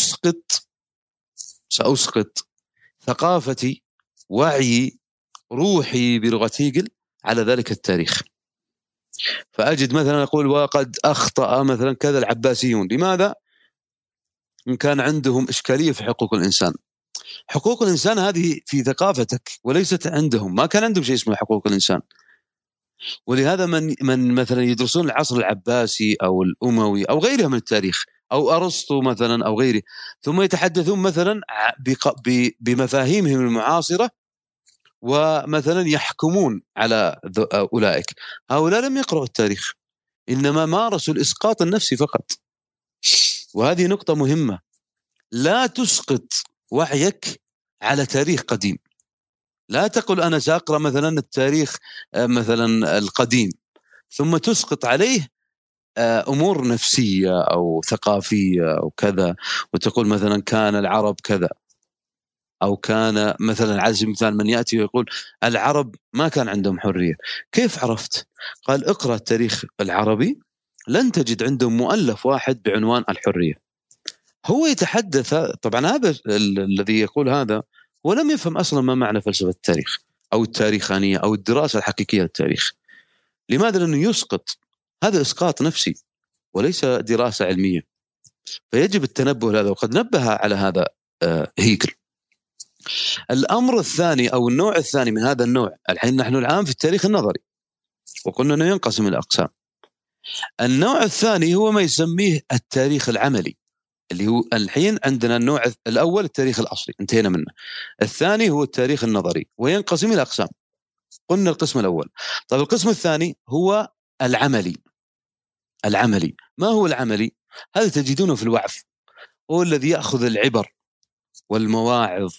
سأسقط ثقافتي، وعي، روحي بلغة هيجل على ذلك التاريخ. فأجد مثلا أقول وقد أخطأ مثلا كذا العباسيون. لماذا؟ إن كان عندهم إشكالية في حقوق الإنسان. حقوق الإنسان هذه في ثقافتك وليست عندهم، ما كان عندهم شيء اسمه حقوق الإنسان. ولهذا من مثلا يدرسون العصر العباسي أو الأموي أو غيرها من التاريخ أو أرسطو مثلا أو غيره، ثم يتحدثون مثلا بمفاهيمهم المعاصرة، ومثلا يحكمون على أولئك. هؤلاء لم يقرأوا التاريخ، إنما مارسوا الإسقاط النفسي فقط. وهذه نقطة مهمة، لا تسقط وعيك على تاريخ قديم. لا تقل أنا سأقرأ مثلا التاريخ مثلا القديم ثم تسقط عليه أمور نفسية أو ثقافية أو كذا، وتقول مثلا كان العرب كذا، أو كان مثلا على سبيل المثال من يأتي ويقول العرب ما كان عندهم حرية. كيف عرفت؟ قال اقرأ التاريخ العربي لن تجد عندهم مؤلف واحد بعنوان الحرية. هو يتحدث طبعا، هذا الذي يقول هذا هو لم يفهم أصلا ما معنى فلسفة التاريخ أو التاريخانية أو الدراسة الحقيقية للتاريخ. لماذا؟ لأنه يسقط، هذا إسقاط نفسي وليس دراسة علمية. فيجب التنبه لهذا، وقد نبه على هذا هيجل. الأمر الثاني أو النوع الثاني من هذا النوع، الحين نحن الآن في التاريخ النظري وقلنا أنه ينقسم إلى أقسام. النوع الثاني هو ما يسميه التاريخ العملي، اللي هو الحين عندنا النوع الأول التاريخ الأصلي انتهينا منه، الثاني هو التاريخ النظري وينقسم إلى أقسام. قلنا القسم الأول. طيب القسم الثاني هو العملي. العملي ما هو العملي؟ هذا تجدونه في الوعظ، هو الذي يأخذ العبر والمواعظ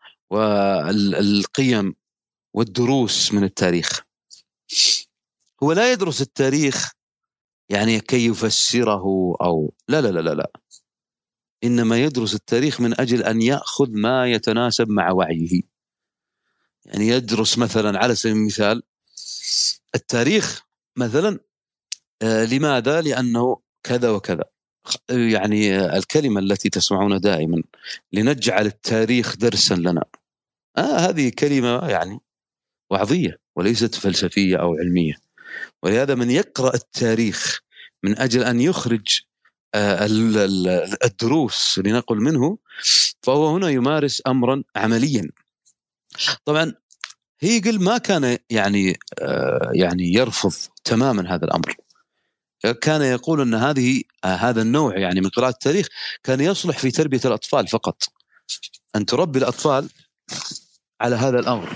والقيم والدروس من التاريخ. هو لا يدرس التاريخ يعني كي يفسره أو لا لا لا لا لا، إنما يدرس التاريخ من أجل أن يأخذ ما يتناسب مع وعيه. يعني يدرس مثلا على سبيل المثال التاريخ مثلا لماذا؟ لأنه كذا وكذا. يعني الكلمة التي تسمعون دائما لنجعل التاريخ درسا لنا، هذه كلمة يعني وعظية وليست فلسفية أو علمية. ولهذا من يقرأ التاريخ من أجل أن يخرج الدروس لنقل منه، فهو هنا يمارس أمرا عمليا. طبعا هيجل ما كان يعني يرفض تماما هذا الأمر، كان يقول أن هذا النوع يعني من قراءة التاريخ كان يصلح في تربية الأطفال فقط، أن تربي الأطفال على هذا الأمر،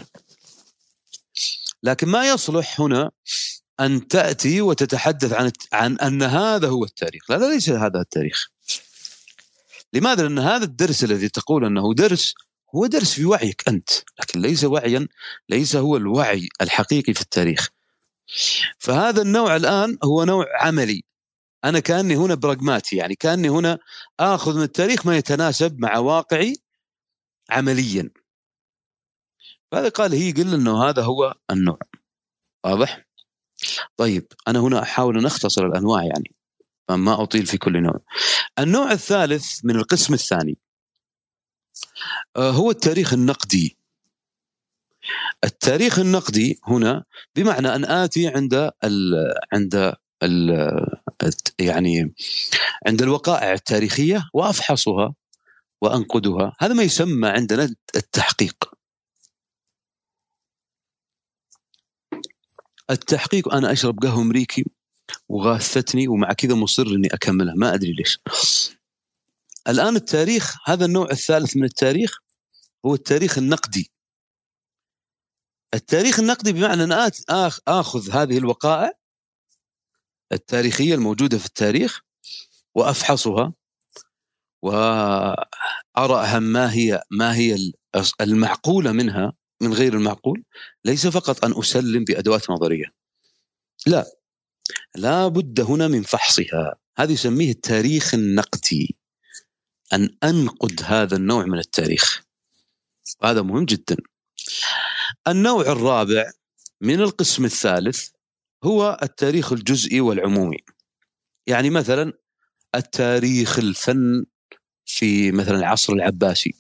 لكن ما يصلح هنا أن تأتي وتتحدث عن أن هذا هو التاريخ. لا ليس هذا التاريخ. لماذا؟ لأن هذا الدرس الذي تقول أنه درس هو درس في وعيك أنت، لكن ليس وعيا، ليس هو الوعي الحقيقي في التاريخ. فهذا النوع الآن هو نوع عملي. أنا كأني هنا براغماتي، يعني كأني هنا آخذ من التاريخ ما يتناسب مع واقعي عمليا. فهذا قال هيجل أنه هذا هو النوع. واضح؟ طيب أنا هنا أحاول أن أختصر الأنواع يعني ما أطيل في كل نوع. النوع الثالث من القسم الثاني هو التاريخ النقدي. التاريخ النقدي هنا بمعنى أن آتي يعني عند الوقائع التاريخية وأفحصها وأنقدها. هذا ما يسمى عندنا التحقيق. التحقيق، أنا أشرب قهوة أمريكي وغاثتني ومع كذا مصر إني أكملها، ما أدري ليش. الآن التاريخ، هذا النوع الثالث من التاريخ هو التاريخ النقدي. التاريخ النقدي بمعنى أن آخذ هذه الوقائع التاريخية الموجودة في التاريخ وأفحصها وأرى أهم ما هي المعقولة منها من غير المعقول. ليس فقط أن أسلم بأدوات نظرية، لا بد هنا من فحصها. هذا يسميه التاريخ النقدي، أن أنقد هذا النوع من التاريخ. هذا مهم جدا. النوع الرابع من القسم الثالث هو التاريخ الجزئي والعمومي. يعني مثلا التاريخ الفن في مثلا العصر العباسي،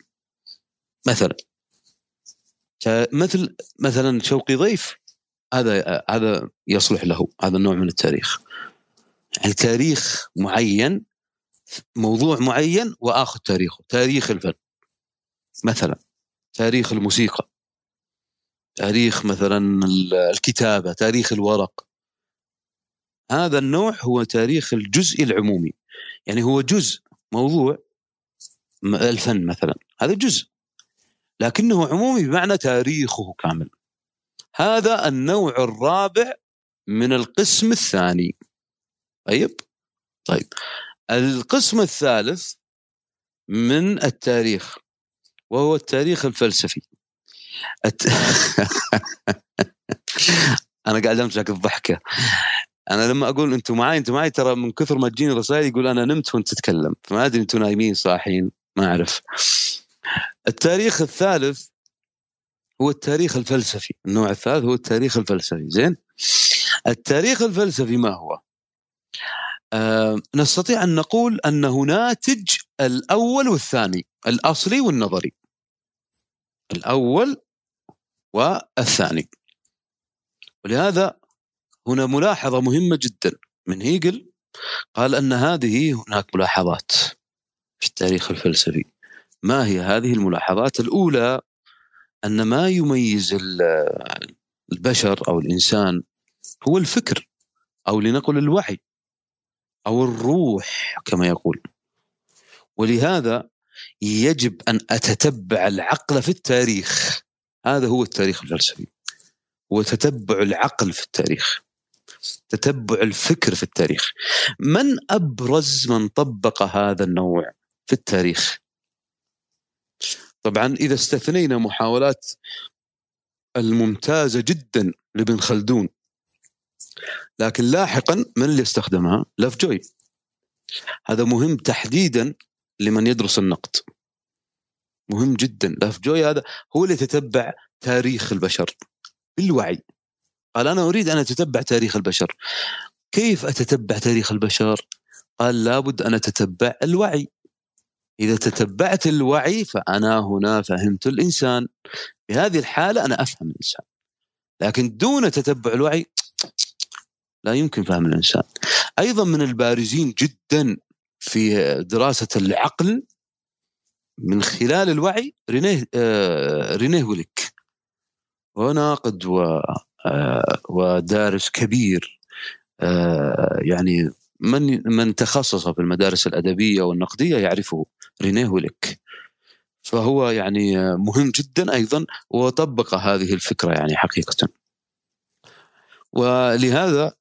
مثلا شوقي ضيف، هذا يصلح له هذا النوع من التاريخ. يعني تاريخ معين، موضوع معين، وآخذ تاريخه. تاريخ الفن مثلا، تاريخ الموسيقى، تاريخ مثلا الكتابة، تاريخ الورق. هذا النوع هو تاريخ الجزء العمومي، يعني هو جزء موضوع الفن مثلا، هذا جزء، لكنه عمومي بمعنى تاريخه كامل. هذا النوع الرابع من القسم الثاني. طيب القسم الثالث من التاريخ وهو التاريخ الفلسفي. أنا قاعد أمسك الضحكة. أنا لما أقول أنتم معي ترى من كثر ما تجيني رسائل يقول أنا نمت وأنت تتكلم، فما أدري أنتم نايمين صاحين ما أعرف. التاريخ الثالث هو التاريخ الفلسفي. النوع الثالث هو التاريخ الفلسفي. زين، التاريخ الفلسفي ما هو؟ نستطيع أن نقول أنه ناتج الأول والثاني، الأصلي والنظري، الأول والثاني. ولهذا هنا ملاحظة مهمة جدا من هيجل، قال أن هذه هناك ملاحظات في التاريخ الفلسفي. ما هي هذه الملاحظات؟ الأولى أن ما يميز البشر أو الإنسان هو الفكر، أو لنقل الوعي أو الروح كما يقول. ولهذا يجب أن أتتبع العقل في التاريخ. هذا هو التاريخ الفلسفي، هو تتبع العقل في التاريخ، تتبع الفكر في التاريخ. من أبرز من طبق هذا النوع في التاريخ؟ طبعا إذا استثنينا محاولات الممتازة جدا لابن خلدون، لكن لاحقا من اللي استخدمها؟ لافجوي. هذا مهم تحديدا لمن يدرس النقد، مهم جدا. لافجوي هذا هو اللي يتتبع تاريخ البشر بالوعي. قال أنا أريد أن أتتبع تاريخ البشر. كيف أتتبع تاريخ البشر؟ قال لابد أن أتتبع الوعي. إذا تتبعت الوعي فأنا هنا فهمت الإنسان. في هذه الحالة أنا أفهم الإنسان، لكن دون تتبع الوعي لا يمكن فهم الإنسان. أيضا من البارزين جدا في دراسة العقل من خلال الوعي رينيه ويليك، وناقد ودارس كبير، يعني من تخصص في المدارس الأدبية والنقدية يعرفه، رينيه ويليك. فهو يعني مهم جدا أيضا، وطبق هذه الفكرة يعني حقيقة. ولهذا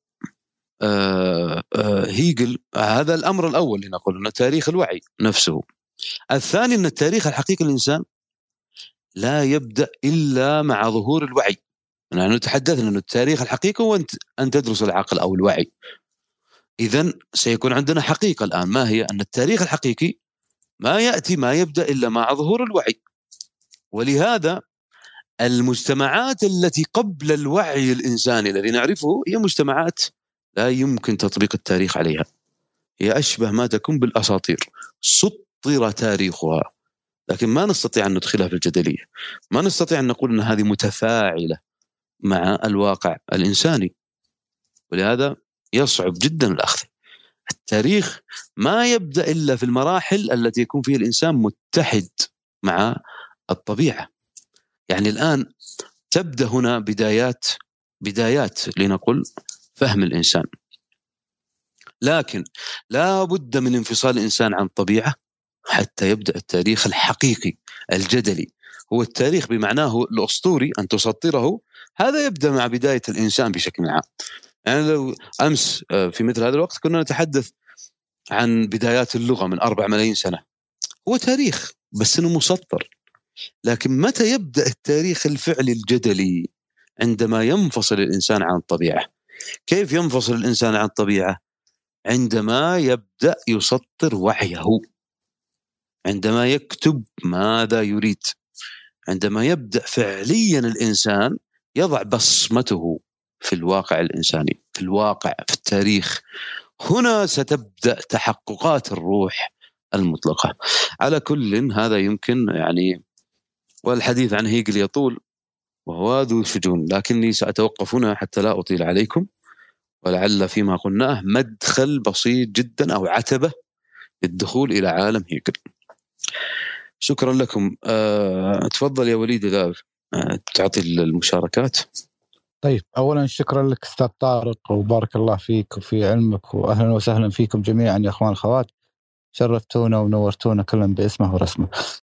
هيجل، هذا الأمر الأول لنقول أن تاريخ الوعي نفسه. الثاني أن التاريخ الحقيقي الإنسان لا يبدأ إلا مع ظهور الوعي. نحن تحدثنا أن التاريخ الحقيقي هو أن تدرس العقل أو الوعي. إذن سيكون عندنا حقيقة الآن، ما هي؟ أن التاريخ الحقيقي ما يبدأ إلا مع ظهور الوعي. ولهذا المجتمعات التي قبل الوعي الإنساني الذي نعرفه هي مجتمعات لا يمكن تطبيق التاريخ عليها، هي أشبه ما تكون بالأساطير، سطر تاريخها، لكن ما نستطيع أن ندخلها في الجدلية، ما نستطيع أن نقول أن هذه متفاعلة مع الواقع الإنساني. ولهذا يصعب جدا الأخذ. التاريخ ما يبدأ إلا في المراحل التي يكون فيها الإنسان متحد مع الطبيعة. يعني الآن تبدأ هنا بدايات لنقول فهم الإنسان، لكن لا بد من انفصال الإنسان عن الطبيعة حتى يبدأ التاريخ الحقيقي الجدلي. هو التاريخ بمعناه الأسطوري أن تسطره، هذا يبدأ مع بداية الإنسان بشكل عام. يعني لو أمس في مثل هذا الوقت كنا نتحدث عن بدايات اللغة من 4 ملايين سنة، هو تاريخ بس إنه مسطر. لكن متى يبدأ التاريخ الفعلي الجدلي؟ عندما ينفصل الإنسان عن الطبيعة. كيف ينفصل الإنسان عن الطبيعة؟ عندما يبدأ يسطر وعيه، عندما يكتب ماذا يريد، عندما يبدأ فعليا الإنسان يضع بصمته في الواقع الإنساني، في الواقع، في التاريخ. هنا ستبدأ تحققات الروح المطلقة. على كل هذا يمكن يعني، والحديث عن هيجل يطول وهو ذو شجون، لكني سأتوقف هنا حتى لا أطيل عليكم، ولعل فيما قلناه مدخل بسيط جدا أو عتبة للدخول إلى عالم هيجل. شكرا لكم. تفضل يا وليد إذا تعطي المشاركات. طيب، أولا شكرا لك أستاذ طارق، وبارك الله فيك وفي علمك، وأهلا وسهلا فيكم جميعا يا أخوان الأخوات. شرفتونا ونورتونا كلا باسمه ورسمه.